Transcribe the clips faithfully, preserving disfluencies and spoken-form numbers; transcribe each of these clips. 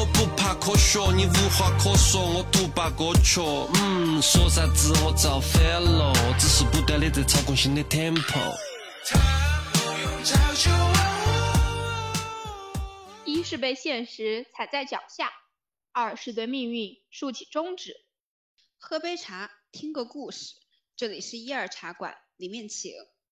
不怕科学，你无话可说，我独霸歌曲。嗯，说啥子我造反了，只是不断的在操控新的 tempo。 一是被现实踩在脚下，二是对命运竖起中指。 喝杯茶，听个故事，这里是一二茶馆，里面请。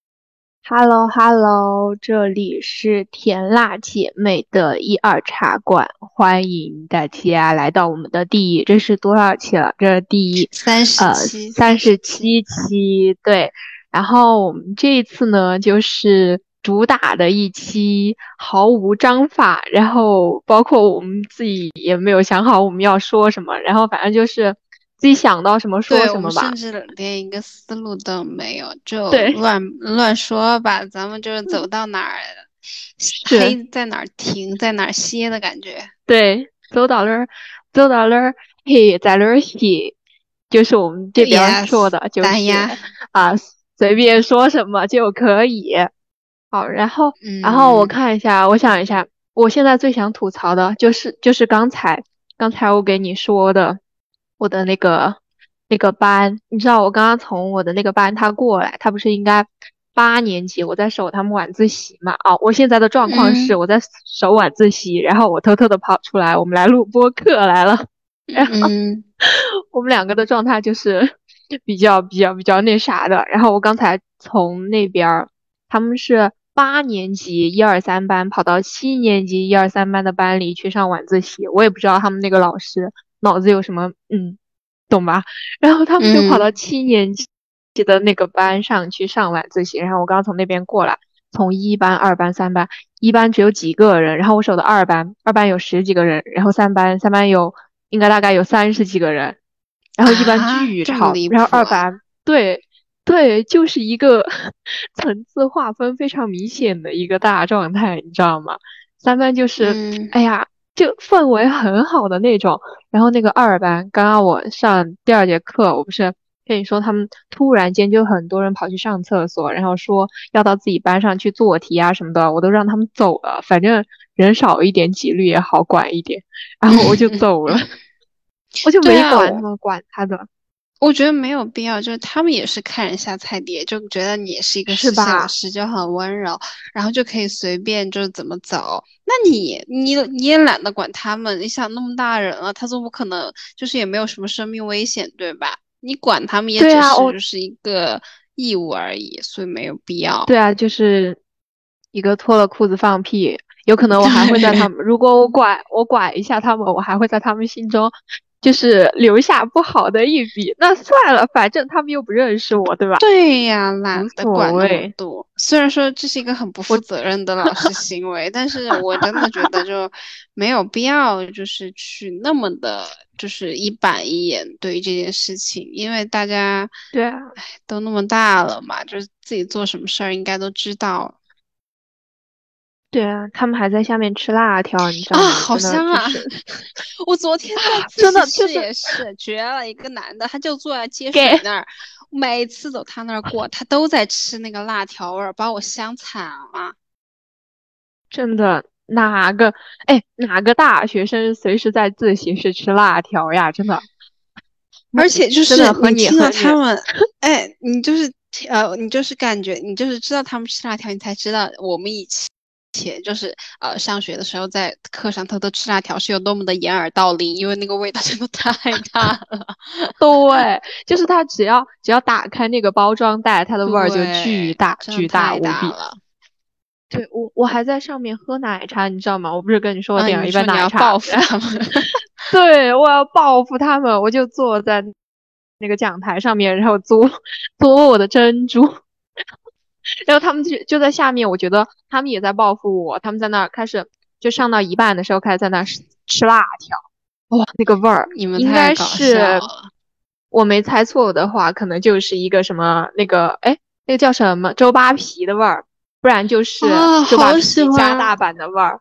Hello Hello， 这里是甜辣姐妹的一二茶馆，欢迎大家来到我们的第这是多少期了？这是第三十呃七三十七期，对。然后我们这一次呢，就是主打的一期毫无章法，然后包括我们自己也没有想好我们要说什么，然后反正就是自己想到什么说什么吧。 对，我们甚至连一个思路都没有，就对乱乱说吧。咱们就是走到哪儿，黑在哪儿停，在哪儿歇的感觉。 对，走到那儿，走到那儿，黑在那儿歇，就是我们这边说的， Yes, 就是呀啊，随便说什么就可以。好，然后， 嗯、 然后我看一下，我想一下，我现在最想吐槽的就是就是刚才刚才我给你说的我的那个那个班，你知道我刚刚从我的那个班他过来，他不是应该八年级，我在守他们晚自习嘛。哦，我现在的状况是我在守晚自习，嗯、然后我偷偷的跑出来，我们来录播课来了。然后、 嗯、 我们两个的状态就是比较比较比较那啥的。然后我刚才从那边，他们是八年级一二三班跑到七年级一二三班的班里去上晚自习，我也不知道他们那个老师脑子有什么，嗯，懂吧？然后他们就跑到七年级的那个班上去上晚自习，嗯、然后我刚从那边过来，从一班、二班、三班，一班只有几个人，然后我守的二班，二班有十几个人，然后三班，三班有应该大概有三十几个人，然后一班巨吵， 啊、 然后二班对。对，就是一个层次划分非常明显的一个大状态，你知道吗？三班就是， 嗯、 哎呀，就氛围很好的那种。然后那个二班，刚刚我上第二节课，我不是跟你说他们突然间就很多人跑去上厕所，然后说要到自己班上去做题啊什么的，我都让他们走了，反正人少一点，纪律也好管一点。然后我就走了，我就没管他们，管他的。 我觉得没有必要，就是他们也是看人下菜碟，就觉得你是一个实习老师，就很温柔，然后就可以随便就是怎么走。那你你你也懒得管他们，你想那么大人了，他总不可能就是也没有什么生命危险，对吧？你管他们也只是就是一个义务而已，所以没有必要。 对啊，就是一个脱了裤子放屁，有可能我还会在他们，如果我管我管一下他们，我还会在他们心中就是留下不好的一笔。那算了，反正他们又不认识我，对吧？ 对呀，懒得管那么多。虽然说这是一个很不负责任的老师行为，但是我真的觉得就没有必要，就是去那么的，就是一板一眼对于这件事情，因为大家对啊， 都那么大了嘛，就是自己做什么事儿应该都知道。 对啊，他们还在下面吃辣条，你知道吗？ 啊，好香啊！ 就是、 我昨天在自习室也是绝了，一个男的，他就坐在接水那儿，每次走他那儿过，他都在吃那个辣条味儿，把我香惨了。 真的，哪个哎哪个大学生随时在自习室吃辣条呀？真的， 而且就是你听到他们，哎，你就是呃，你就是感觉你就是知道他们吃辣条，你才知道我们以前。且就是呃，上学的时候在课上偷偷吃辣条是有多么的掩耳盗铃，因为那个味道真的太大了。 对，就是它只要只要打开那个包装袋，它的味儿就巨大巨大无比。对，我我还在上面喝奶茶，你知道吗？我不是跟你说我点了一杯奶茶， 啊、报复他们。 对，我要报复他们，我就坐在那个讲台上面，然后嘬嘬我的珍珠。然后他们就就在下面，我觉得他们也在报复我。他们在那儿开始，就上到一半的时候开始在那儿吃辣条，哇，那个味儿，应该是我没猜错的话，可能就是一个什么那个，哎，那个叫什么周扒皮的味儿，不然就是周扒皮加大版的味儿。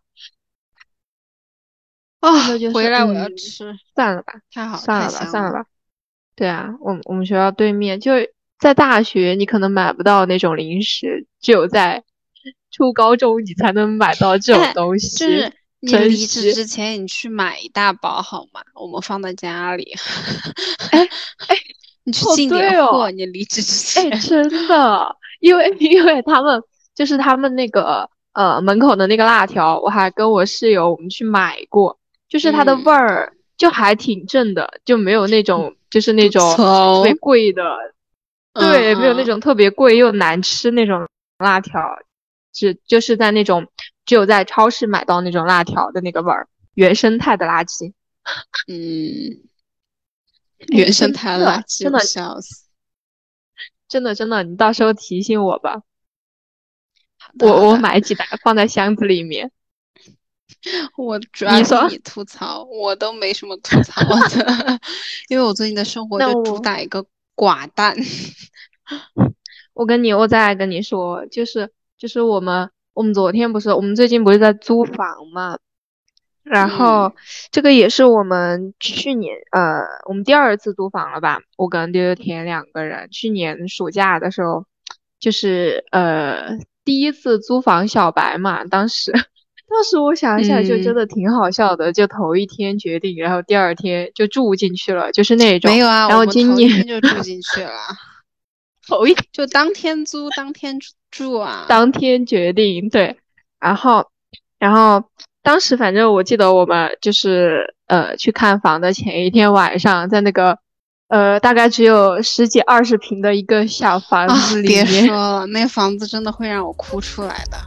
啊、 哦，就是， 回来我要吃， 嗯、算了吧， 太好， 算了吧， 太算了吧。对啊，我我们学校对面就。在大学你可能买不到那种零食，只有在初高中你才能买到这种东西。 哎、就是你珍离职惜。 之前你去买一大包好吗？我们放在家里。 哎哎， 你去哦进点对货， 哦， 你离职之哎， 前。 真的，因为因为他们就是他们那个呃门口的那个辣条，我还跟我室友我们去买过，就是它的味嗯， 儿就还挺正的，就没有那种就是那不种错特别哦。 贵的， 嗯对，没有那嗯种特别贵又难吃那种辣条，只就是在那种只有在超市买到那种辣条的那个味儿，原生态的垃圾。 嗯， 哎， 原生真态垃的圾，我真的笑死。 真的真的，你到时候提醒我吧， 好的好我我的， 买几袋放在箱子里面。 我主要你说， 听你吐槽，我都没什么吐槽的，因为我最近的生活就主那我打一个寡淡。 我跟你我再来跟你说，就是就是我们我们昨天不是我们最近不是在租房嘛，然嗯后这个也是我们去年呃我们第二次租房了吧，我跟丢丢甜两个人，去年暑假的时候就是呃第一次租房小白嘛，当时当时我想一下就真嗯， 的挺好笑的，就头一天决定，然后第二天就住进去了，就是那种， 没有啊， 然我们后今年头一天就住进去了， 头一就当天租当天住啊。 当天决定，对，然后，然后当时反正我记得我们就是呃去看房的前一天晚上，在那个呃大概只有十几二十平的一个小房子啊，别里面， 说了，那房子真的会让我哭出来的。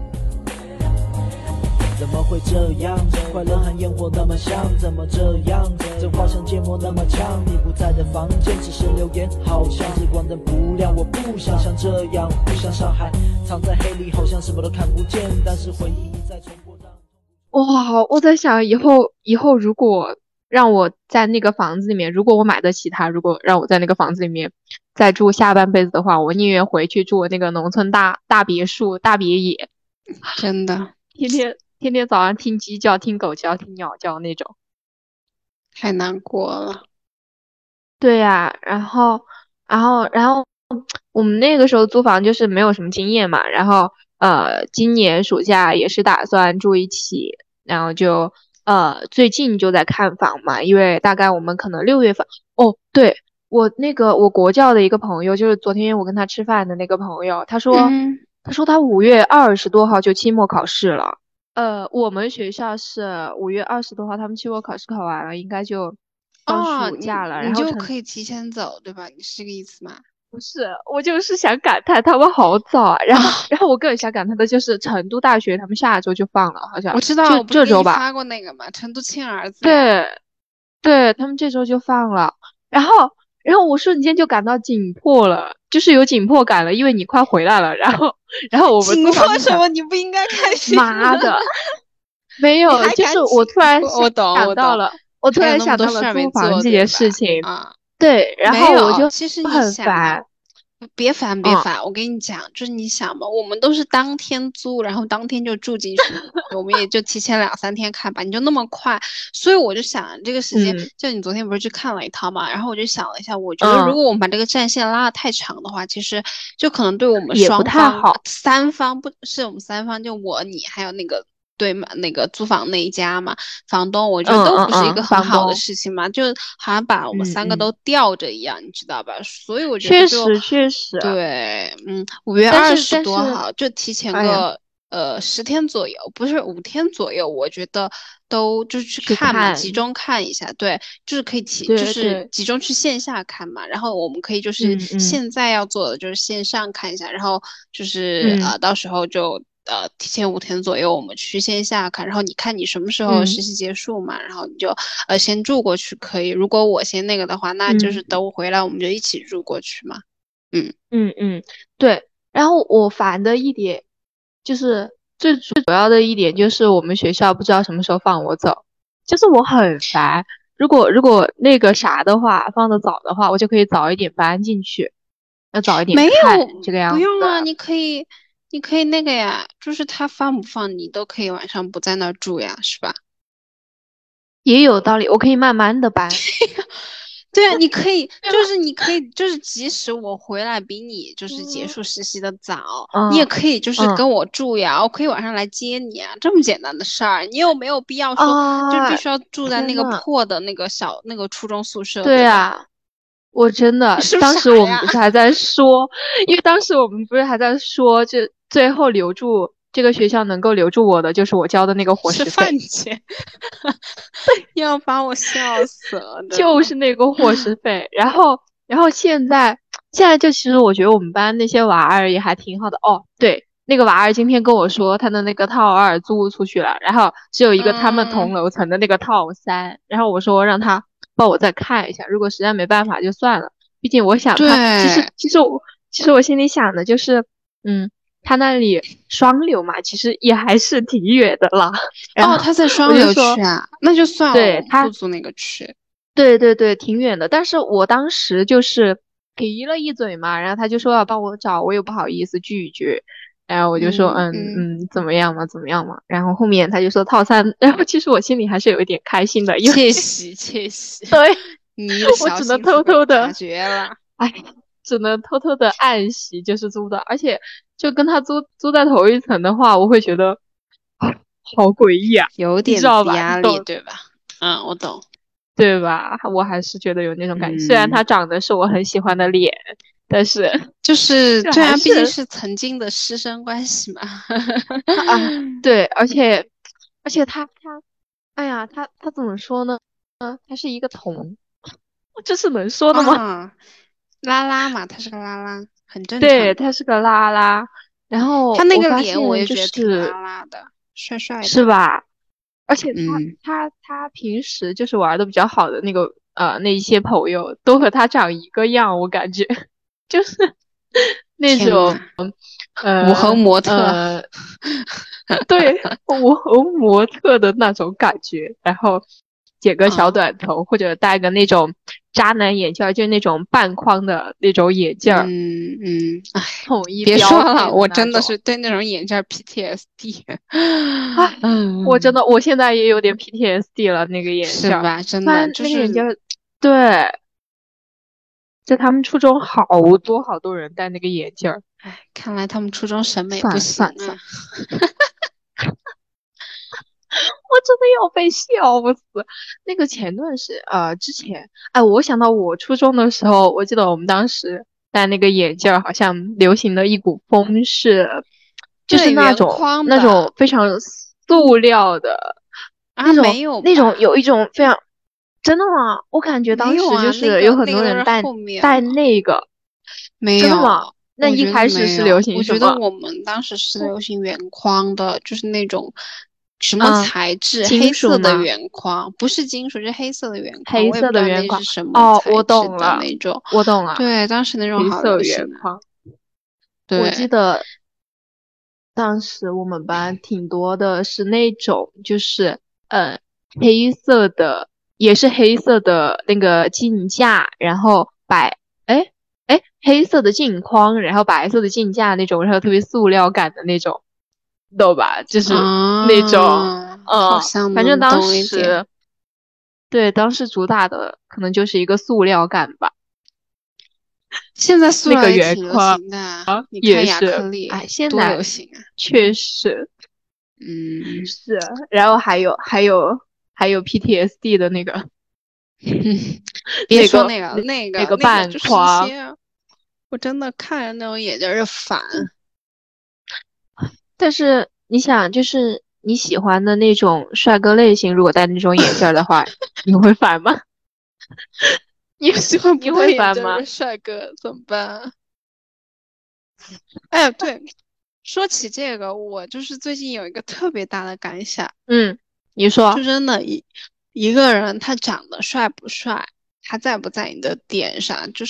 怎么会这样？快乐和烟火那么像，怎么这样？这话像芥末那么呛。你不在的房间只是留言，好像日光灯不亮。我不想像这样，不像上海，藏在黑里，好像什么都看不见。但是回忆一再重播让。 哇，我在想以后以后如果让我在那个房子里面，如果我买得起它，如果让我在那个房子里面再住下半辈子的话，我宁愿回去住那个农村大大别墅、大别野， 真的天天天天早上听鸡叫、听狗叫、听鸟叫那种。 太难过了。 对呀，然后，然后，然后我们那个时候租房就是没有什么经验嘛，然后呃，今年暑假也是打算住一起，然后就呃最近就在看房嘛，因为大概我们可能六月份，哦，对，我那个我国教的一个朋友，就是昨天我跟他吃饭的那个朋友，他说嗯， 他说他五月二十多号就期末考试了。呃，我们学校是五月二十多号，他们期末考试考完了，应该就放哦， 暑假了。 你你然后成就可以提前走，对吧？你是这个意思吗？ 不是，我就是想感叹他们好早啊。然后， 啊， 然后我更想感叹的就是成都大学他们下周就放了，好像我知道， 就我不是这周吧。 给你发过那个吗？成都亲儿子呀。 对，对，他们这周就放了。然后，然后我瞬间就感到紧迫了，就是有紧迫感了，因为你快回来了。然后，然后我们紧租房就想， 迫什么？你不应该开心妈吗？ 的，没你有， 还敢就是我紧突然迫？我懂，我懂。 想到了，我突还有然那么多事儿想到了租没做， 房这件对吧？ 事情。 啊， 对，然没有。 后我就其实你很想嘛， 烦。 别烦别嗯烦，我跟你讲，就是你想嘛，我们都是当天租，然后当天就住进去，我们也就提前两三天看吧，你就那么快，所以我就想这个时间， 嗯就你昨天不是去看了一套嘛，然后我就想了一下，我觉得如嗯， 果我们把这个战线拉得太长的话，其实就可能对我们也不双方、 太好。 三方，不是我们三方，就我你还有那个。对嘛，那个租房那一家嘛，房东，我觉得嗯都不是一个嗯嗯， 很好的房东。 事情嘛，就好像把我们嗯嗯， 三个都吊着一样，你知道吧？所以我觉得就确实确实， 对，嗯，五月但是二十但是， 多号就提前哎呀， 个呃十天左右，不是五天左右，我觉得都就是去去看嘛，集看， 中看一下，对，就是可以提，就是对对， 集中去线下看嘛，然后我们可以就是嗯嗯现在要做的就是线上看一下，然后就是嗯呃到时候就呃提前五天左右我们去线下看，然后你看你什么时候嗯实习结束嘛，然后你就呃先住过去可以，如果我先那个的话，那就是嗯等我回来我们就一起住过去嘛，嗯。 嗯嗯，对。然后我烦的一点就是最主要的一点就是我们学校不知道什么时候放我走，就是我很烦。如果如果那个啥的话，放的早的话，我就可以早一点搬进去，要早一点没看有， 这个样子。 不用啊，你可以，你可以那个呀，就是他放不放你都可以晚上不在那儿住呀，是吧？ 也有道理，我可以慢慢的搬。 对啊，你可以，就是你可以，就是即使我回来比你就是结嗯束实习的早， 嗯你也可以就是嗯跟我住呀，我可以晚上来接你啊，这么简单的事儿，你有没有必要说就是必啊， 须要住在那个天呐， 破的那个小那个初中宿舍，对吧？ 对啊，我真的， 你是不是当时我们傻呀？ 不是还在说，因为当时我们不是还在说，就最后留住这个学校能够留住我的，就是我交的那个伙吃食费。 饭钱，要把我笑死了，真就的。 是那个伙食费。然后，然后现在，现在就其实我觉得我们班那些娃儿也还挺好的哦。对，那个娃儿今天跟我说他的那个套二租出去了，然后只有一个他们同嗯， 楼层的那个套三，然后我说让他帮我再看一下，如果实在没办法就算了。毕竟我想他，其实对， 其实我其实我心里想的就是，嗯，他那里双流嘛，其实也还是挺远的啦。然哦， 后他在我双流就说， 区啊，那就算了，我对他。 不租那个区。 对对对，挺远的，但是我当时就是提了一嘴嘛，然后他就说要帮我找，我又不好意思拒绝，然后我就说嗯嗯嗯， 嗯，怎么样嘛，怎么样嘛，然后后面他就说套餐，然后其实我心里还是有一点开心的，因为窃喜窃喜， 对你的我小只能偷心思被我察偷的， 觉了， 哎，只能偷偷的暗喜，就是租的，而且就跟他租租在同一层的话，我会觉得啊好诡异啊， 有点你知道吧？你压力， 懂对吧？嗯，我懂。 对吧？我还是觉得有那种感觉，虽然他嗯， 长得是我很喜欢的脸，但是就是就对啊，毕竟还是是曾经的师生关系嘛。 啊，对，而且而且他他，哎呀，他他怎么说呢？嗯，他是一个童，这是能说的吗？ 啊，拉拉嘛，他是个拉拉，很正对， 常的。 他是个拉拉，然后他那我发个脸我现就也觉得挺是拉拉的，帅帅的。 是吧？而且他嗯， 他他平时就是玩的比较好的那个呃那一些朋友都和他长一个样，我感觉就是那种天呐，武呃侯模特。 呃对我和模特的那种感觉，然后剪个小啊， 短头或者戴个那种渣男眼镜儿，就是那种半框的那种眼镜儿， 嗯嗯，哎， 统一别说了， 标配的我真的那种。 是对那种眼镜儿 P T S D。 唉，我真嗯， 的，我现在也有点 P T S D 了，那个眼镜儿， 是吧？真的突然就是那个眼镜儿，对，在他们初中好多好多人戴那个眼镜儿， 哎，看来他们初中审美不算了行啊。 算了算了，我真的要被笑死。那个前段是呃之前，哎，我想到我初中的时候，我记得我们当时戴那个眼镜儿，好像流行的一股风是，就是对，圆那种那框的种非常塑料的啊， 那种没有那种吧？ 有一种非常真的吗？我感觉当时就没有啊，那是有很个那个都多人戴是后面戴了。 那个， 没真的吗？ 有， 那一我觉得开始是流没有。我行什么？ 觉得我们当时是流行圆框的，就是那种什么嗯， 材质， 金黑色的属吗？ 圆框，不是金属，是黑色的圆框。 黑色我也不知道的圆框。 那是什么哦，我材质的懂了， 那种。 我懂了， 对，当时那种好黑色流行啊。 圆框。我记对， 得当时我们班挺多的是那种，就是呃黑色的，也是黑色的那个镜架，然后白，哎哎黑色的镜框，然后白色的镜架那种，然后特别塑料感的那种，懂吧？就是那种， 啊，好嗯， 像能反正当懂一点。 时对当时主打的可能就是一个塑料感吧， 现在塑那个料也挺流圆框行的，你看亚克也是，哎， 力多流现在行啊。 确实。 嗯， 是，然后还有还有还有 P T S D 的那个别那个说那个， 那那个， 那个半那个就是一框， 些，我真的看着那种眼镜儿就烦。 但是你想，就是你喜欢的那种帅哥类型，如果戴那种眼镜儿的话，你会烦吗？你我喜欢不你戴会烦吗？ 眼镜儿的帅哥，怎么办？哎，对，说起这个，我就是最近有一个特别大的感想， 嗯，你说， 就真的一一个人他长得帅不帅，他在不在你的点上，就是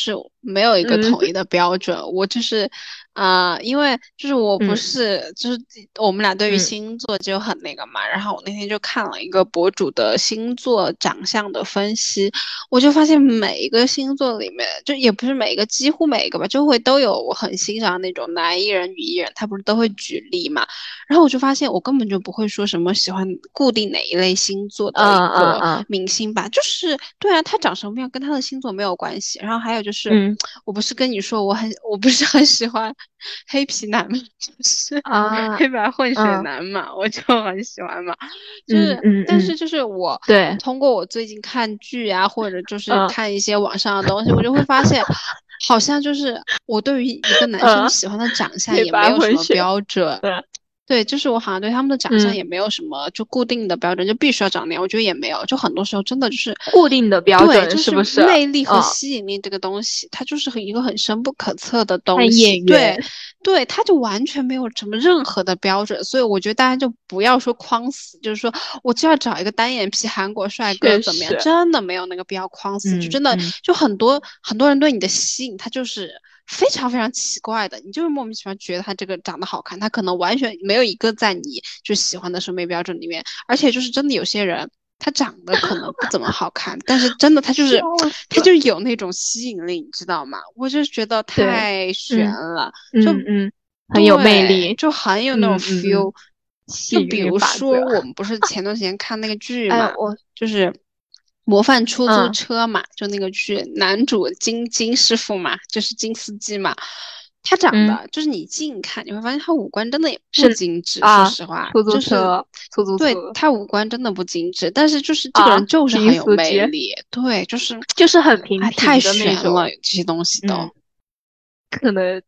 没有一个嗯统一的标准。我就是啊、呃因为就是我不嗯是、就是我们俩对于嗯星座就很那个嘛，然后我那天就看了一个博主的星座长相的分析，我就发现每一个星座里面，就也不是每一个，几乎每一个吧，就会都有我很欣赏那种男艺人、女艺人，他不是都会举例嘛。然后我就发现我根本就不会说什么喜欢固定哪一类星座的一嗯嗯个嗯明星吧，就是对啊，他长什么样跟他的星座没有关系。然后还有就是， 嗯我不是跟你说我很我不是很喜欢黑皮男嘛，就是啊黑白混血嗯男嘛，我就很喜欢嘛。就嗯是， 嗯嗯， 但是就是我对， 通过我最近看剧啊，或者就是嗯看一些网上的东西，我就会发现，好像就是我对于一个男生嗯， 喜欢的长相黑也没有什么白混血， 标准。 对， 对，就是我好像对他们的长相嗯， 也没有什么就固定的标准，就必须要长那样，我觉得也没有，就很多时候真的就是固定的标对， 准就是是不是？ 魅力和嗯， 吸引力这个东西，它就是很一个很深不可测的东看西。对， 眼缘， 对，它就完全没有什么任何的标准，所以我觉得大家就不要说框死，就是说我就要找一个单眼皮韩国帅哥确怎么样， 实， 真的没有那个必要框死，就真的嗯嗯， 就很多很多人对你的吸引，他就是非常非常奇怪的，你就是莫名其妙觉得他这个长得好看，他可能完全没有一个在你就喜欢的审美标准里面，而且就是真的有些人。他长得可能不怎么好看，但是真的他就是笑他死， 就有那种吸引力，你知道吗？我就觉得对， 太悬嗯了，就嗯嗯，很有魅对， 力， 就很有那种嗯嗯嗯， feel。就比吸引力如说， 法则， 我们不是前段时间看那个剧哎， 嘛， 我， 就是《模范出租嗯车》嘛，就那个剧，男主金金师傅嘛，就是金司机嘛，他长嗯， 得就是你近看你会发现他五官真的也不是精致，说啊， 实话， 出租就是车，出租对车他五官真的不精致，但是就是这个啊， 人就是金很有司机， 魅力，对，就是就是很平哎太平的那悬了， 种， 这些东西都。 嗯，可能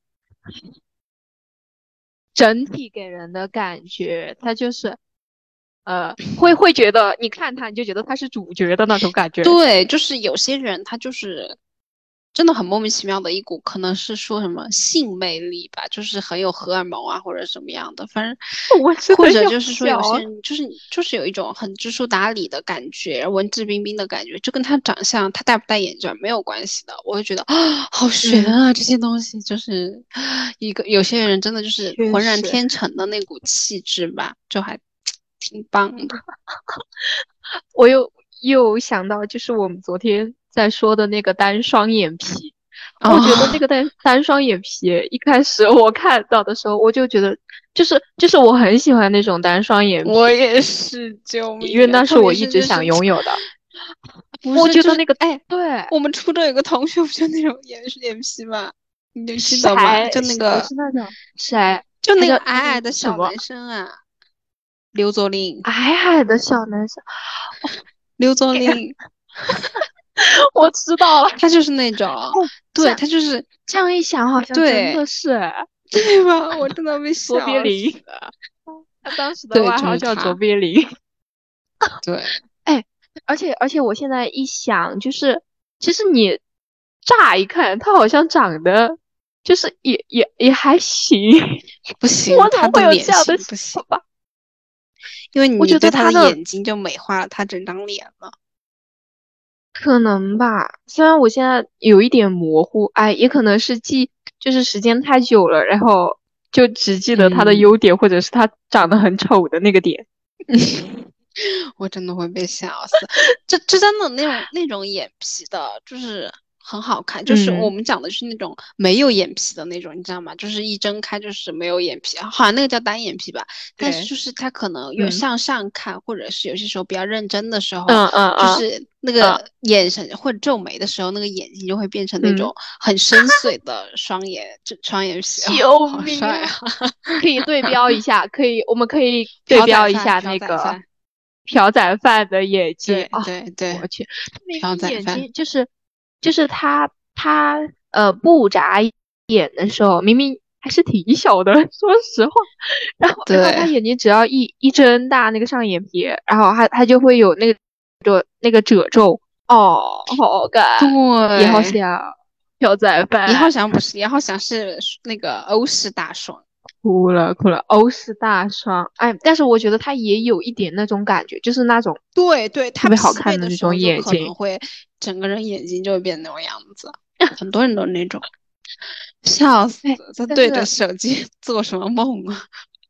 整体给人的感觉，他就是呃，会会觉得你看他你就觉得他是主角的那种感觉。 对，就是有些人他就是真的很莫名其妙的一股，可能是说什么性魅力吧，就是很有荷尔蒙啊，或者什么样的，反正我真的要或者就是说有些笑， 人就是就是有一种很知书达理的感觉，文质彬彬的感觉，这跟他长相他戴不戴眼镜儿没有关系的。我就觉得啊，好悬嗯， 啊，这些东西就是一个有些人真的就是确浑然实， 天成的那股气质吧，就还挺棒的。 我又又想到就是我们昨天在说的那个单双眼皮，我觉得那哦， 个单单双眼皮，一开始我看到的时候，我就觉得就是就是我很喜欢那种单双眼我皮， 也是，救因为命啊！特别那是我一是就是直想拥有的。 不是就是我觉得那个哎， 对， 我们初中有个同学不就那种眼眼皮吗？你就记得吗？ 谁谁就那个是那种谁？ 就那个他叫他叫矮矮的什么？ 小男生啊，刘作霖， 矮矮的小男生， 刘作霖， 我知道了。 他就是那种， 哦，这对， 样他就是这样一想，好像真对的是哎对吧？我真的被卓别笑林， 死了。 他当时的对， 外就是号叫卓他， 别林。 对， 哎，而且而且我现在一想，就是其实你乍一看，他好像长得就是也也也还行， 不行， 我怎么会他的脸有这样的型不行， 想法？ 因为我觉你对他的得他的眼睛就美化了他整张脸了。 可能吧，虽然我现在有一点模糊，哎，也可能是记，就是时间太久了，然后就只记得他的嗯。 优点，或者是他长得很丑的那个点。 我真的会被笑死。这这真的那种那种眼皮的，就是很好看。就是我嗯， 们讲的是那种没有眼皮的那种，你知道吗？就是一睁开就是没有眼皮，好像那个叫单眼皮吧。但是对， 就是他可能有嗯向上看，或者是有些时候比较认真的时候， 嗯嗯就嗯是那嗯个眼神或者皱眉的时候，那个眼睛就会变成那嗯， 种很深邃的双眼，这双眼皮啊， 救好命帅啊！ 啊！可以对标一下，可以，我们可以对朴宰标一范，朴下那个宰范， 朴宰范的眼睛对啊， 对对， 我去，他明朴明眼宰范。 睛就是就是他他呃不眨眼的时候，明明还是挺小的，说实话。然后然后他对眼睛只要一一睁大那个上眼皮，然后他他就会有那个褶那个褶皱，哦，好看，也好对， 像朴宰一号范。 翔不是，一号翔是那个欧式大双。 哭了哭了，欧式大双，哎，但是我觉得他也有一点那种感觉，就是那种对对，他特别好疲惫看的那种的时候就眼睛。 可能会整个人眼睛就会变那种样子。 很多人都那种，笑死，在对着但是手机做什么梦啊？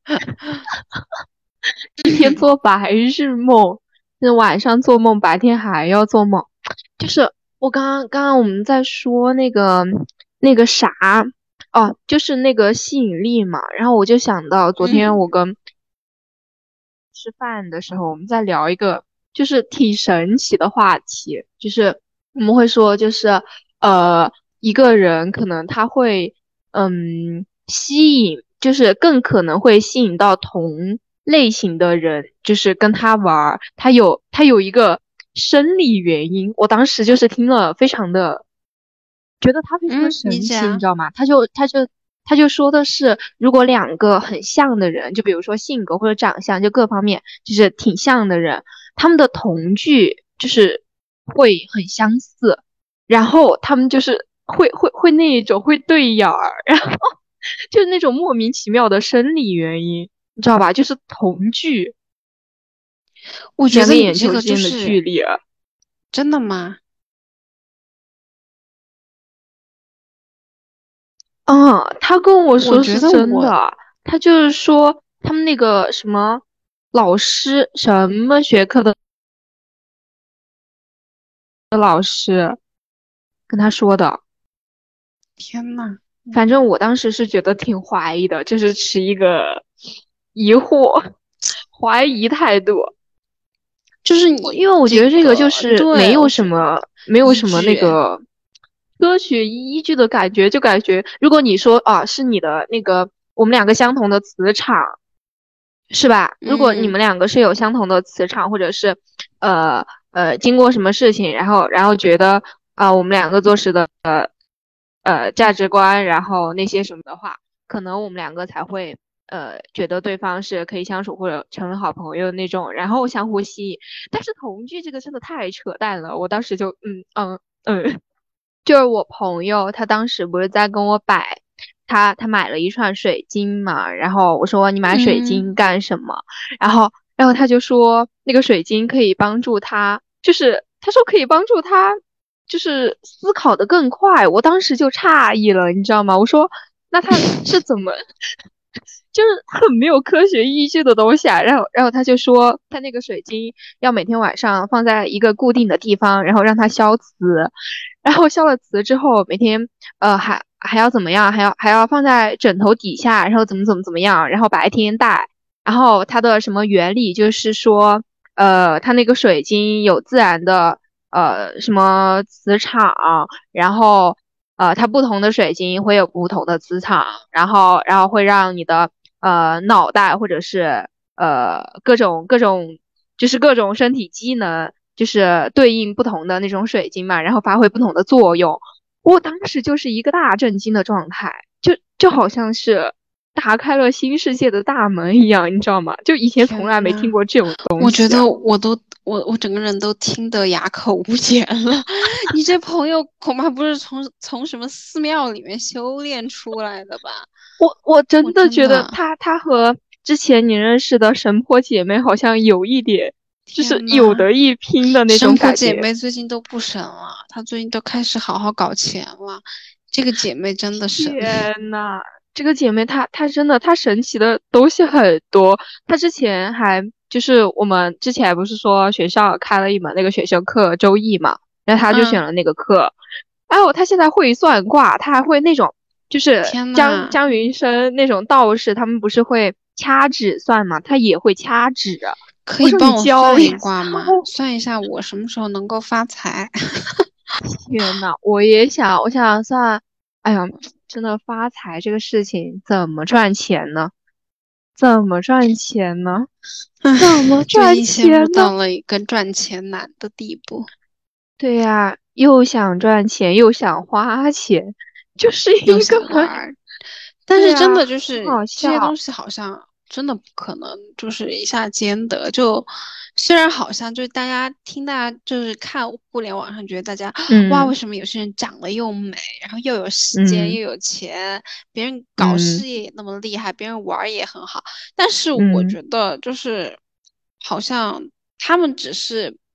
一天做白日梦，那晚上做梦，白天还要做梦。就是我刚刚刚刚我们在说那个那个啥哦，就是那个吸引力嘛。然后我就想到昨天我跟吃饭的时候，我们在聊一个就是挺神奇的话题，就是我们会说，就是呃，一个人可能他会嗯吸引，就是更可能会吸引到同类型的人，就是跟他玩儿，他有他有一个生理原因。我当时就是听了，非常的觉得他非常的嗯，你神奇，你讲。 知道吗？他就他就他就说的是，如果两个很像的人，就比如说性格或者长相，就各方面就是挺像的人，他们的同居就是会很相似，然后他们就是会会会那一种会对眼儿，然后就是那种莫名其妙的生理原因，你知道吧？就是同居， 我觉两个得你这个眼球之间的就是距离。 真的吗？ 嗯，他跟我我说是觉得我真的，他就是说他们那个什么老师，什么学科的老师跟他说的。 天呐， 反正我当时是觉得挺怀疑的，就是持一个疑惑、怀疑态度。 就是你我因为我觉这得这个就个，对， 是没有我觉得什么没有依什么那据， 个科学依据的感觉，就感觉如果你说啊是你的那个我们两个相同的磁场，是吧？如果你嗯， 们两个是有相同的磁场，或者是呃呃经过什么事情，然后然后觉得啊、我们两个做事的呃呃价值观，然后那些什么的话，可能我们两个才会呃觉得对方是可以相处或者成为好朋友的那种，然后相互吸引。但是同居这个真的太扯淡了，我当时就嗯嗯嗯，就是我朋友他当时不是在跟我摆。他他买了一串水晶嘛，然后我说你买水晶嗯， 干什么？然后然后他就说那个水晶可以帮助他，就是他说可以帮助他，就是思考的更快。我当时就诧异了，你知道吗？我说那他是怎么，就是很没有科学依据的东西啊。然后然后他就说他那个水晶要每天晚上放在一个固定的地方，然后让它消磁，然后消了磁之后，每天呃还还要怎么样？还要还要放在枕头底下，然后怎么怎么怎么样？然后白天戴。然后它的什么原理就是说，呃，它那个水晶有自然的呃什么磁场，然后呃它不同的水晶会有不同的磁场，然后然后会让你的呃脑袋或者是呃各种各种就是各种身体机能。就是对应不同的那种水晶嘛，然后发挥不同的作用。我当时就是一个大震惊的状态，就就好像是打开了新世界的大门一样，你知道吗？就以前从来没听天呐， 过这种东我觉西啊。 得我都我我整个人都听得哑口无言了。你这朋友恐怕不是从从什么寺庙里面修炼出来的吧？ 我我我真的觉得真的， 她她和之前你认识的神婆姐妹好像有一点，就是天呐， 有得一拼的那种神婆感觉。 姐妹最近都不神了，她最近都开始好好搞钱了。这个姐妹真的神。 天呐，这个姐妹她她真的她神奇的东西很多。她之前还就是我们之前不是说学校开了一门那个选修课周易嘛，然后她就选嗯， 了那个课。哎呦，她现在会算卦，她还会那种就是天呐， 江江云生那种道士，他们不是会掐指算嘛，她也会掐指。 可以我说你帮我算一教一下卦吗？ 我。 算一下我什么时候能够发财？ 天呐，我也想，我想算，哎呀，真的发财这个事情怎么赚钱呢？怎么赚钱呢？ 唉， 怎么赚最近陷入钱呢？ 到了一个赚钱难的地步， 对呀，又想赚钱，又想花钱，就是又一个很， 想玩儿。但是真对呀， 的就是很好笑。 这些东西好像真的不可能，就是一下兼得。就虽然好像就是大家听大家就是看互联网上觉得大家哇，为嗯什么有些人长得又美，然后又有时间嗯又有钱，别人搞嗯事业也那么厉害，别人玩儿也很好，但是我嗯觉得就是好像他们只是。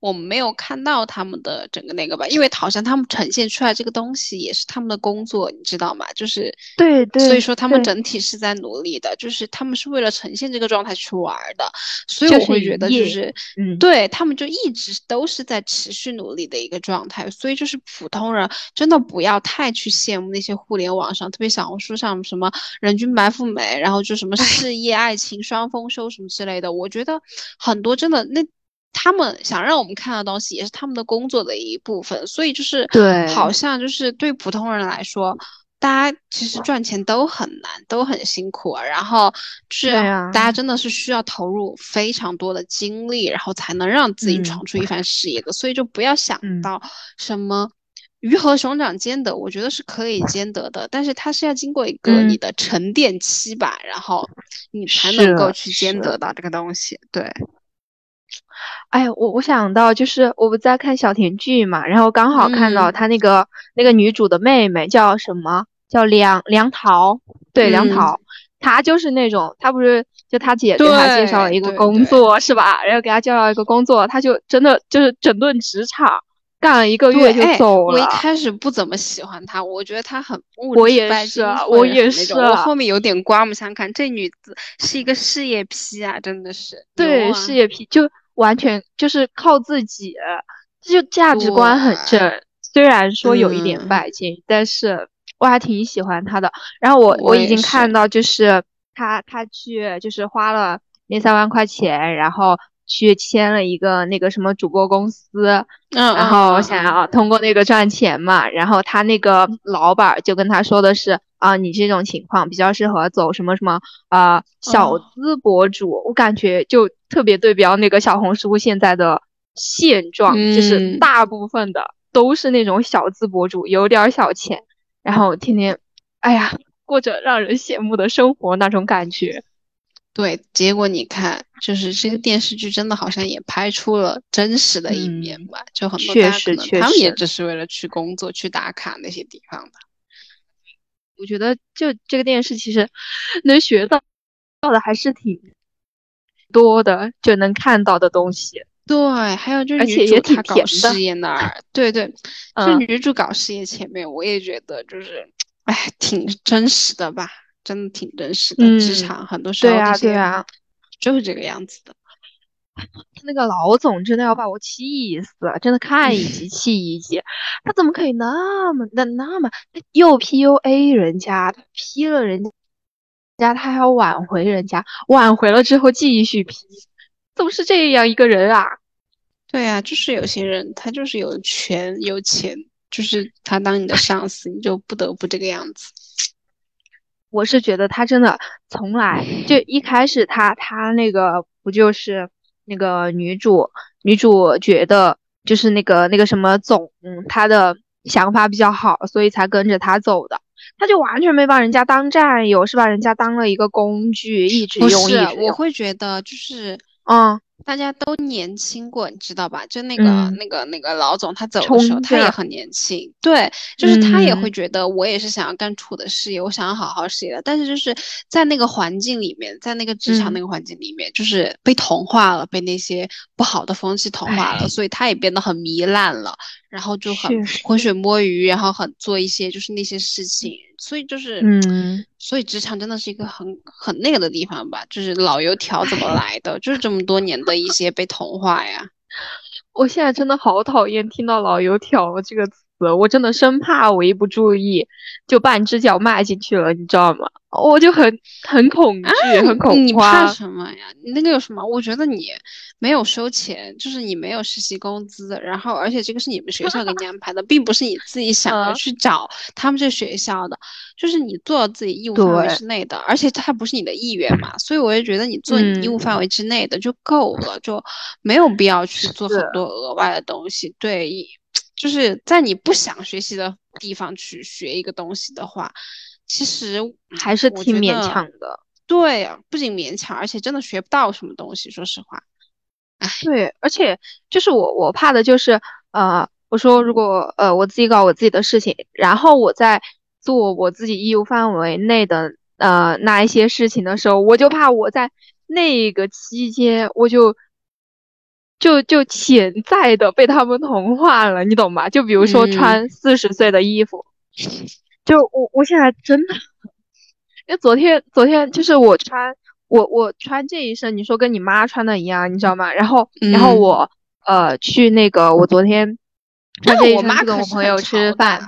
我们没有看到他们的整个那个吧，因为好像他们呈现出来这个东西也是他们的工作，你知道吗？就是对对， 所以说他们对整体是在努力的，就是他们是为了呈现这个状态去玩儿的，所以就是我会觉得就业是， 嗯对，他们就一直都是在持续努力的一个状态，所以就是普通人真的不要太去羡慕那些互联网上，特别小红书上什么人均白富美，然后就什么事业、爱情双丰收什么之类的，我觉得很多真的那。他们想让我们看到的东西，也是他们的工作的一部分，所以就是好对像就是对普通人来说，大家其实赚钱都很难，都很辛苦啊。然后是对啊， 大家真的是需要投入非常多的精力，然后才能让自己嗯闯出一番事业的。所以就不要想嗯到什么鱼和熊掌兼得，我觉得是可以兼得的，但是它是要经过一个嗯， 你的沉淀期吧，然后你才是能够去兼是。 得到这个东西。对， 哎，我我想到就是我不在看小甜剧嘛，然后刚好看到嗯他那个那个女主的妹妹叫什么？叫梁梁桃，对，梁嗯， 桃，她就是那种，她不是就她姐给她介绍了对一个工对对。 作是吧？然后给她介绍一个工作，她就真的就是整顿职场，干了一个对， 月就哎，我一走了。 开始不怎么喜欢她，我觉得她很物我质拜金， 也是啊， 或我也者很那种。 是啊， 我后面有点刮目相看，这女子是一个事业批啊，真的是牛对，事啊！ 业皮就完全就是靠自己，就价值观很对， 正。虽然说有一点嗯， 拜金，但是我还挺喜欢他的。然后我我我已经也是， 看到，就是他他去就是花了那三万块钱，然后去签了一个那个什么主播公司，然嗯嗯后想嗯嗯， 要通过那个赚钱嘛。然后他那个老板儿就跟他说的是啊，你这种情况比较适合走什么什么啊、小哦， 资博主。我感觉就特别对标那个小红书现在的现状，就是嗯。 大部分的都是那种小资博主，有点儿小钱，然后天天，哎呀，过着让人羡慕的生活那种感觉。 对，结果你看，就是这个电视剧真的好像也拍出了真实的一面嗯， 吧，就很多大家可确实能他们也确实。 只是为了去工作、去打卡那些地方的。 我觉得就这个电视其实能学到到的还是挺多的，就能看到的东西， 对，还有就是女而且也挺主她搞甜的。 事业那儿，对对，就嗯女主搞事业前面，我也觉得就是，哎，挺真实的吧，真的挺真实的。职嗯， 场很多时对啊对候这些啊， 就是这个样子的。 他那个老总真的要把我气死，真的看一集气一集。他怎么可以那么的那么又 P U A 人家，他 P 了人家，他还要挽回人家，挽回了之后继续 P，怎么是这样一个人啊？ 对啊，就是有些人他就是有权有钱，就是他当你的上司，你就不得不这个样子。 我是觉得他真的从来就一开始他他那个不就是那个女主女主觉得就是那个那个什么总，嗯，他的想法比较好，所以才跟着他走的。他就完全没把人家当战友，是把人家当了一个工具，一直用， 不是， 一直用。 我会觉得就是嗯大家都年轻过，你知道吧？就那个嗯， 那个那个老总他走的时候， 冲劲儿， 他也很年轻，对，就是他也会嗯， 觉得我也是想要干出我的事业，我想要好好事业的。但是就是在那个环境里面，在那个职场那嗯， 个环境里面，就是被同化了，被那些不好的风气同化了， 唉， 所以他也变得很糜烂了，然后就很确实， 浑水摸鱼，然后很做一些就是那些事情，所以就是。 嗯， 所以职场真的是一个很很那个的地方吧，就是老油条怎么唉。 来的，就是这么多年的一些被同化呀。 我现在真的好讨厌听到“老油条”这个词，我真的生怕我一不注意就半只脚迈进去了，你知道吗？我就很很恐惧，很你你怕恐慌。 什么呀？你那个有什么？我觉得你没有收钱，就是你没有实习工资，然后而且这个是你们学校给你安排的，并不是你自己想着嗯， 去找他们这学校的，就是你做自己义务范围对， 之内的，而且它不是你的意愿嘛，所以我也觉得你做你义务嗯， 范围之内的就够了，就没有必要去做很是， 多额外的东西。对，一就是在你不想学习的地方去学一个东西的话。其实，嗯还是我挺勉觉得强的。 对啊，不仅勉强，而且真的学不到什么东西。说实话，哎， 对，而且就是我我怕的就是，呃，我说如果呃我自己搞我自己的事情，然后我在做我自己义务范围内的呃那一些事情的时候，我就怕我在那个期间我就就就潜在的被他们同化了，你懂吗？就比如说穿四十岁的衣服，嗯、就我我现在真的，因为昨天昨天就是我穿我我穿这一身，你说跟你妈穿的一样，你知道吗？然后、嗯、然后我呃去那个我昨天穿这一身去跟我朋友吃饭，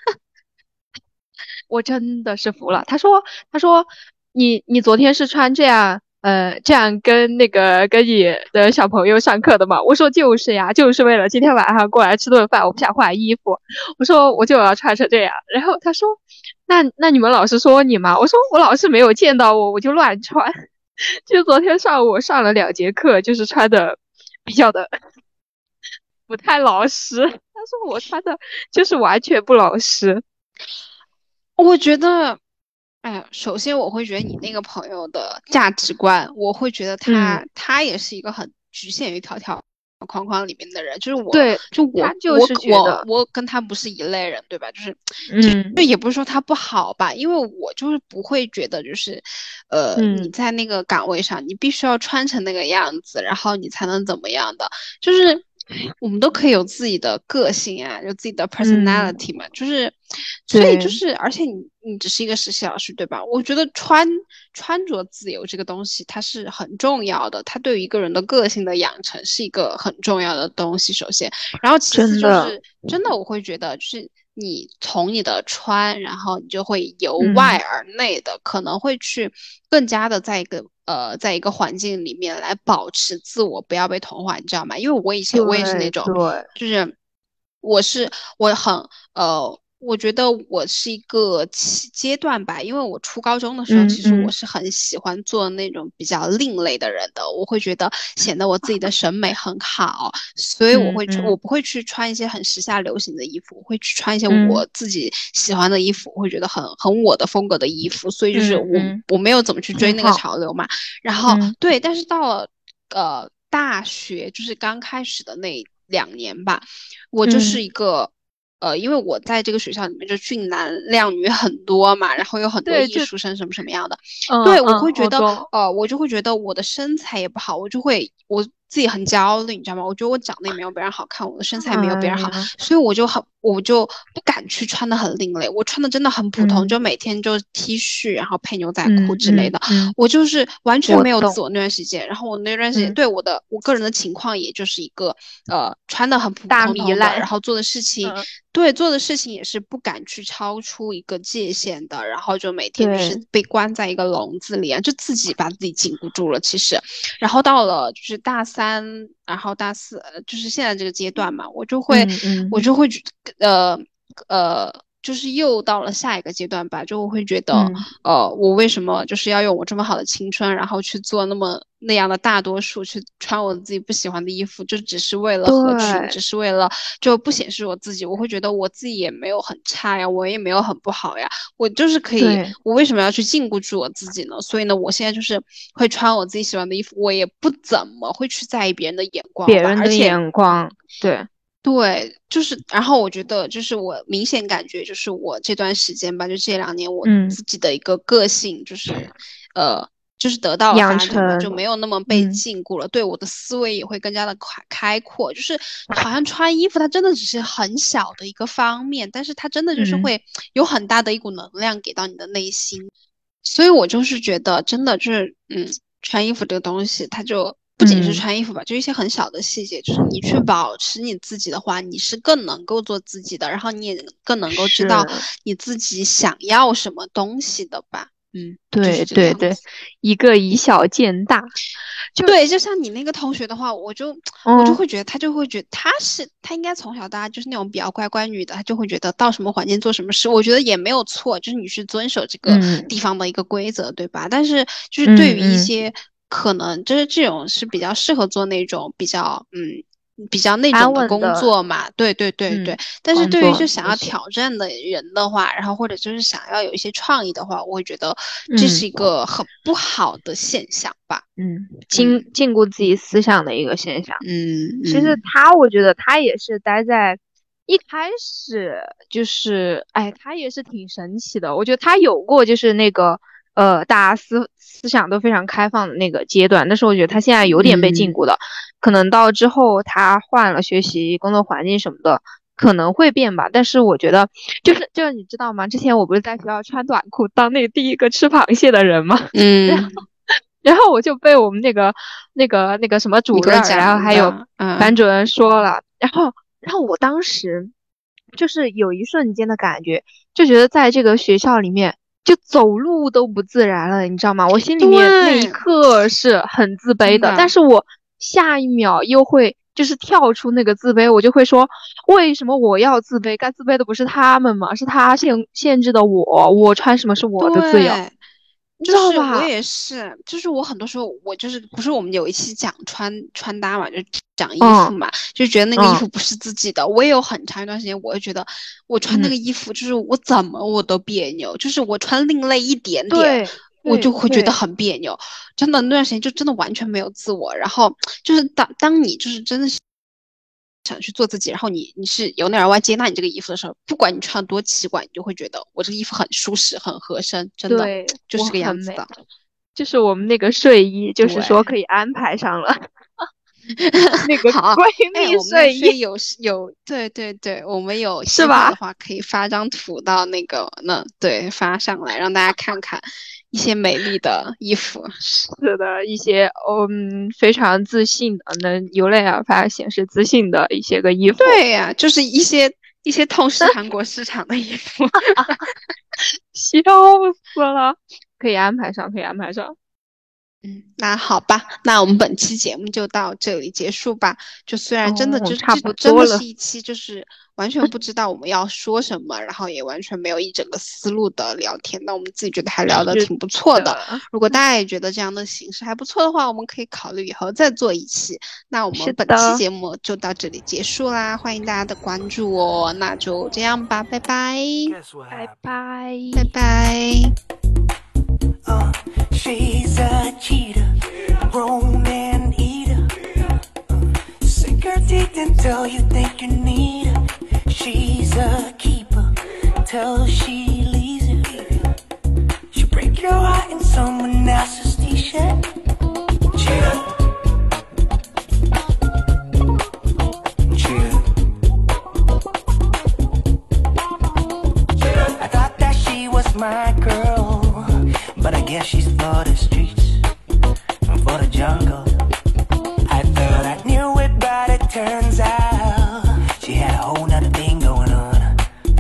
我真的是服了。他说他说你你昨天是穿这样。呃，这样跟那个跟你的小朋友上课的嘛？我说就是呀，就是为了今天晚上过来吃顿饭，我不想换衣服。我说我就要穿成这样。然后他说，那那你们老师说你吗？我说我老师没有见到我，我就乱穿。就昨天上午我上了两节课，就是穿的比较的不太老实。他说我穿的就是完全不老实。 我觉得。哎呀，首先我会觉得你那个朋友的价值观，我会觉得他、嗯、他也是一个很局限于条条框框里面的人，就是我， 对， 就我他就是觉得我我跟他不是一类人，对吧？就是， 嗯， 就也不是说他不好吧，因为我就是不会觉得就是，呃， 嗯、 你在那个岗位上，你必须要穿成那个样子，然后你才能怎么样的，就是。我们都可以有自己的个性啊，有自己的 personality 嘛，嗯、就是，所以就是，而且你你只是一个实习老师，对吧？我觉得穿穿着自由这个东西它是很重要的，它对于一个人的个性的养成是一个很重要的东西。首先，然后其次就是真的，真的我会觉得就是你从你的穿，然后你就会由外而内的，嗯、可能会去更加的在一个。呃，在一个环境里面来保持自我，不要被同化，你知道吗？因为我以前我也是那种，就是我是我很呃，我觉得我是一个阶段吧，因为我初高中的时候， 嗯、 其实我是很喜欢做那种比较另类的人的，嗯、我会觉得显得我自己的审美很好，所以我会去， 嗯、 我不会去穿一些很时下流行的衣服，我会去穿一些我自己喜欢的衣服，我会觉得很很我的风格的衣服，所以就是我、 嗯、 我没有怎么去追那个潮流嘛，然后、 嗯、 对，但是到了呃大学，就是刚开始的那两年吧，我就是一个。嗯呃，因为我在这个学校里面就俊男靓女很多嘛，然后有很多艺术生什么什么样的， 嗯、 对，我会觉得， 嗯、 呃，我就会觉得我的身材也不好，我就会我自己很焦虑，你知道吗？我觉得我长得也没有别人好看，我的身材也没有别人好， 哎、 所以我就很，我就不敢去穿的很另类，我穿的真的很普通， 嗯、 就每天就 T 恤，然后配牛仔裤之类的， 嗯嗯、 我就是完全没有自我那段时间，然后我那段时间、 嗯、 对我的我个人的情况，也就是一个呃穿的很普普通通的，然后做的事情。嗯对，做的事情也是不敢去超出一个界限的，然后就每天就是被关在一个笼子里啊，就自己把自己禁锢住了。其实，然后到了就是大三，然后大四，就是现在这个阶段嘛，我就会， 嗯嗯、 我就会呃呃，就是又到了下一个阶段吧，就会觉得， 嗯、 呃，我为什么就是要用我这么好的青春，然后去做那么那样的大多数，去穿我自己不喜欢的衣服，就只是为了合群，只是为了就不显示我自己。我会觉得我自己也没有很差呀，我也没有很不好呀，我就是可以，我为什么要去禁锢住我自己呢？所以呢，我现在就是会穿我自己喜欢的衣服，我也不怎么会去在意别人的眼光吧， 别人的眼光，对。 对，就是，然后我觉得，就是我明显感觉，就是我这段时间吧，就这两年，我自己的一个个性，就是，嗯、呃，就是得到了发展嘛，就没有那么被禁锢了。嗯、对，我的思维也会更加的开开阔，就是好像穿衣服，它真的只是很小的一个方面，但是它真的就是会有很大的一股能量给到你的内心。嗯、所以我就是觉得，真的就是，嗯，穿衣服这个东西，它就。不仅是穿衣服吧，嗯、就一些很小的细节，就是你去保持你自己的话，你是更能够做自己的，然后你也更能够知道你自己想要什么东西的吧。嗯， 对对对，一个以小见大。 就对，就像你那个同学的话，我就、嗯、我就会觉得他就会觉得他是他应该从小到大就是那种比较乖乖女的，他就会觉得到什么环境做什么事，我觉得也没有错，就是你去遵守这个地方的一个规则，嗯、对吧？但是就是对于一些。嗯嗯可能就是这种是比较适合做那种比较嗯比较那种的工作嘛，对对对对。嗯、但是对于就想要挑战的人的话，然后或者就是想要有一些创意的话，我会觉得这是一个很不好的现象吧。 嗯，禁禁锢自己思想的一个现象。 嗯， 其实他我觉得他也是待在一开始就是，哎，他也是挺神奇的。我觉得他有过就是那个。 呃大家思思想都非常开放的那个阶段。但是我觉得他现在有点被禁锢的，嗯、可能到之后他换了学习工作环境什么的。可能会变吧，但是我觉得就是就是你知道吗？之前我不是在学校穿短裤当那个第一个吃螃蟹的人吗？ 嗯， 然后然后我就被我们那个那个那个什么主任，然后还有班主任说了，嗯、然后然后我当时就是有一瞬间的感觉，就觉得在这个学校里面就走路都不自然了，你知道吗？我心里面那一刻是很自卑的，但是我下一秒又会。就是跳出那个自卑，我就会说，为什么我要自卑？该自卑的不是他们吗？是他限限制的我，我穿什么是我的自由，你知道吧？ 就是我也是，就是我很多时候我就是不是我们有一期讲穿穿搭嘛，就讲衣服嘛，嗯、就觉得那个衣服不是自己的。嗯、我也有很长一段时间，我就觉得我穿那个衣服，就是我怎么我都别扭，嗯、就是我穿另类一点点。我就会觉得很别扭，真的那段时间就真的完全没有自我。然后就是当当你就是真的想去做自己，然后你你是由内而外接纳你这个衣服的时候，不管你穿多奇怪，你就会觉得我这个衣服很舒适很合身，真的就是这个样子的。 就是我们那个睡衣，就是说可以安排上了。那个闺蜜睡衣、 哎、有有对对对，我们有是吧？ 的话可以发张图到那个那对发上来，让大家看看一些美丽的衣服。 是的，一些嗯非常自信的，能由内而外显示自信的一些个衣服。 对呀、啊，就是一些一些痛失韩国市场的衣服， 笑死了。可以安排上，可以安排上。 嗯，那好吧，那我们本期节目就到这里结束吧。就虽然真的就、 哦、差不多了，真的是一期就是完全不知道我们要说什么，然后也完全没有一整个思路的聊天，但我们自己觉得还聊得挺不错的。 的如果大家也觉得这样的形式还不错的话，我们可以考虑以后再做一期。那我们本期节目就到这里结束啦，欢迎大家的关注哦。那就这样吧，拜拜， 拜拜， 拜拜。 Uh, she's a cheater, roam and eater. Uh, sink her teeth until you think you need her. She's a keeper till she leaves you. She'll break your heart in someone else's t-shirt. Cheater, cheater. I thought that she was my girl.But I guess she's for the streets, for the jungle. I thought I knew it, but it turns out she had a whole nother thing going on.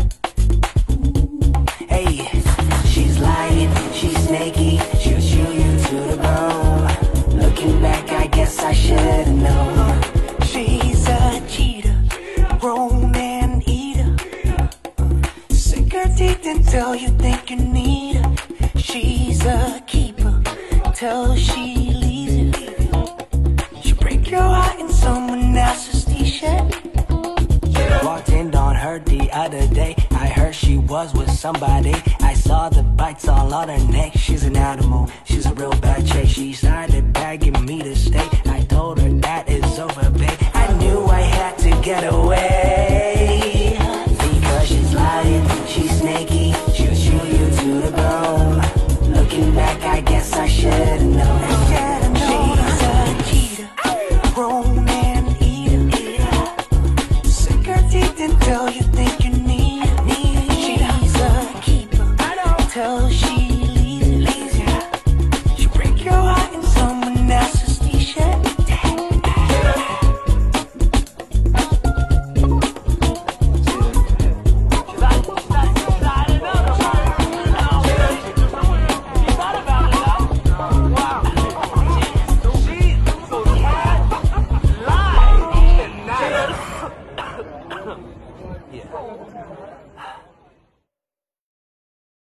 Hey, she's lying, she's snaky, she'll chew you to the bone. Looking back, I guess I should've known. She's a cheater, roam and eater. Sink her teeth until you think you need her.She's a keeper till she leaves you. She'll break your heart in someone else's t-shirt. Walked in on her the other day. I heard she was with somebody. I saw the bites all on her neck. She's an animal, she's a real bad chick. She started begging me to stay. I told her that is over, babe. I knew I had to get away. Because she's lying, she's snaky, she'll chew you to the bone.Looking back, I guess I should've known. She's a cheater, roam and eater. Sink her teeth until you think